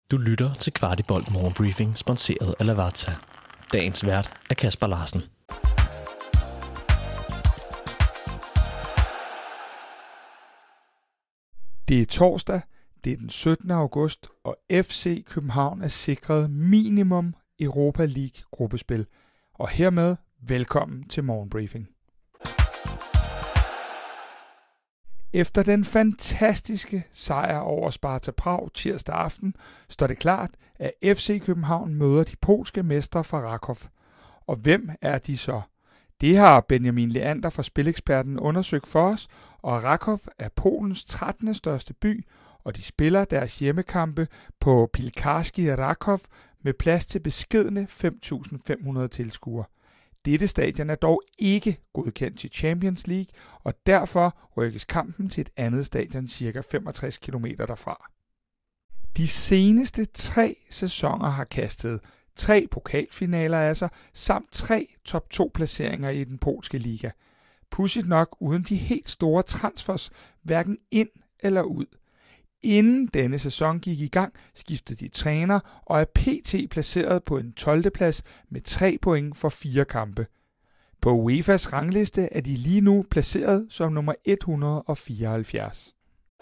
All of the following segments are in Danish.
Du lytter til Kvartibolt Morgenbriefing, sponsoreret af Lavazza. Dagens vært er Kasper Larsen. Det er torsdag, det er den 17. august, og FC København er sikret minimum Europa League gruppespil. Og hermed velkommen til Morgenbriefing. Efter den fantastiske sejr over Sparta Prag tirsdag aften, står det klart, at FC København møder de polske mestre fra Rakov. Og hvem er de så? Det har Benjamin Leander fra Spileksperten undersøgt for os, og Rakov er Polens 13. største by, og de spiller deres hjemmekampe på Piłkarski Rakov med plads til beskedne 5.500 tilskuere. Dette stadion er dog ikke godkendt til Champions League, og derfor rykkes kampen til et andet stadion ca. 65 km derfra. De seneste 3 sæsoner har kastet 3 pokalfinaler af sig, samt 3 top 2 placeringer i den polske liga. Pudsigt nok uden de helt store transfers, hverken ind eller ud. Inden denne sæson gik i gang, skiftede de træner og er pt. Placeret på en 12. plads med 3 point for 4 kampe. På UEFA's rangliste er de lige nu placeret som nummer 174.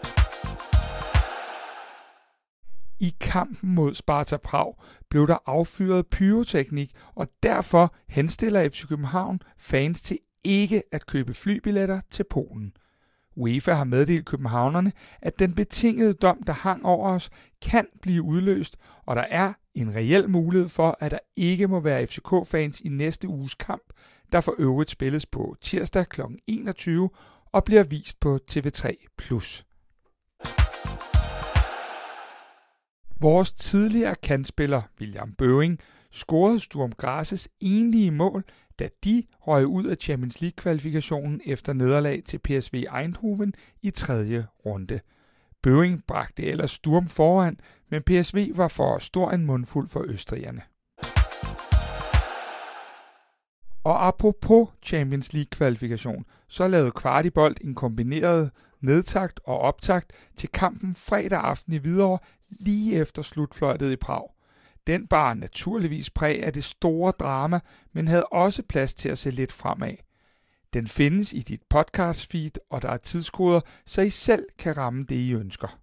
I kampen mod Sparta Prag blev der affyret pyroteknik, og derfor henstiller FC København fans til ikke at købe flybilletter til Polen. UEFA har meddelt københavnerne, at den betingede dom, der hang over os, kan blive udløst, og der er en reel mulighed for, at der ikke må være FCK-fans i næste uges kamp, der for øvrigt spilles på tirsdag kl. 21 og bliver vist på TV3+. Vores tidligere kantspiller William Bøving scorede Sturm Grazes enlige mål, da de røg ud af Champions League-kvalifikationen efter nederlag til PSV Eindhoven i 3. runde. Bøving bragte ellers Sturm foran, men PSV var for stor en mundfuld for østrigerne. Og apropos Champions League-kvalifikation, så lavede Kvartibolt en kombineret nedtakt og optakt til kampen fredag aften i Hvidovre lige efter slutfløjtet i Prag. Den bar naturligvis præg af det store drama, men havde også plads til at se lidt fremad. Den findes i dit podcast feed, og der er tidskoder, så I selv kan ramme det, I ønsker.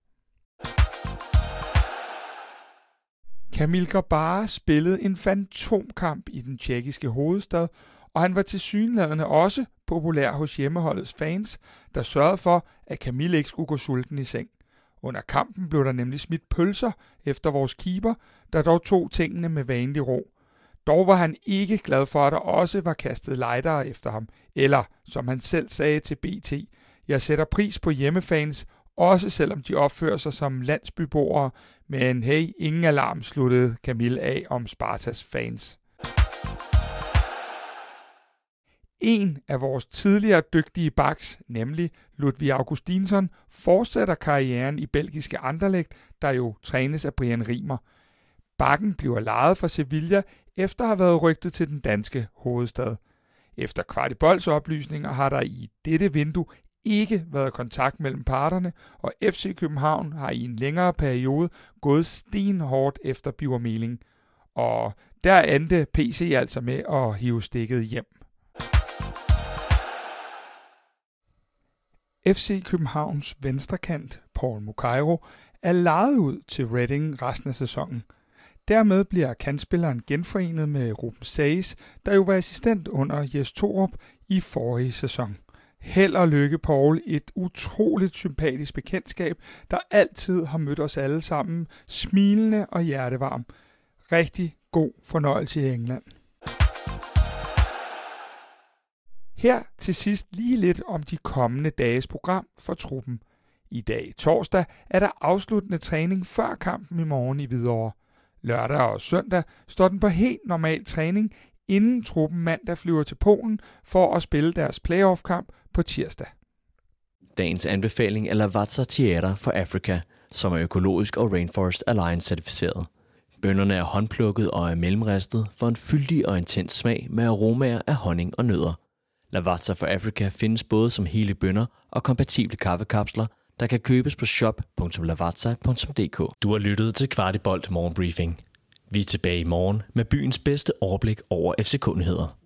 Kamil Grbarer spillede en fantomkamp i den tjekkiske hovedstad, og han var tilsyneladende også populær hos hjemmeholdets fans, der sørgede for, at Kamil ikke skulle gå sulten i seng. Under kampen blev der nemlig smidt pølser efter vores keeper, der dog tog tingene med vanlig ro. Dog var han ikke glad for, at der også var kastet lightere efter ham, eller som han selv sagde til BT, jeg sætter pris på hjemmefans, også selvom de opfører sig som landsbyboere, men hey, ingen alarm sluttede Kamil af om Spartas fans. En af vores tidligere dygtige backs, nemlig Ludvig Augustinsson, fortsætter karrieren i belgiske Anderlecht, der jo trænes af Brian Riemer. Backen bliver lejet fra Sevilla efter at have været rygtet til den danske hovedstad. Efter Kvartibolts oplysninger har der i dette vindue ikke været kontakt mellem parterne, og FC København har i en længere periode gået stenhårdt efter Birger Meling. Og der endte PC altså med at hive stikket hjem. FC Københavns venstrekant, Paul Mukairo, er lejet ud til Reading resten af sæsonen. Dermed bliver kantspilleren genforenet med Ruben Saez, der jo var assistent under Jes Torup i forrige sæson. Held og lykke, Paul, et utroligt sympatisk bekendtskab, der altid har mødt os alle sammen, smilende og hjertevarm. Rigtig god fornøjelse i England. Her til sidst lige lidt om de kommende dages program for truppen. I dag torsdag er der afsluttende træning før kampen i morgen i Hvidovre. Lørdag og søndag står den på helt normal træning, inden truppen mandag flyver til Polen for at spille deres playoff-kamp på tirsdag. Dagens anbefaling er Lavazza Theater for Africa, som er økologisk og Rainforest Alliance certificeret. Bønnerne er håndplukket og er mellemristet for en fyldig og intens smag med aromaer af honning og nødder. Lavazza for Africa findes både som hele bønner og kompatible kaffekapsler, der kan købes på shop.lavazza.dk. Du har lyttet til Kvartibolt Morgenbriefing. Vi er tilbage i morgen med byens bedste overblik over FCK-nyheder.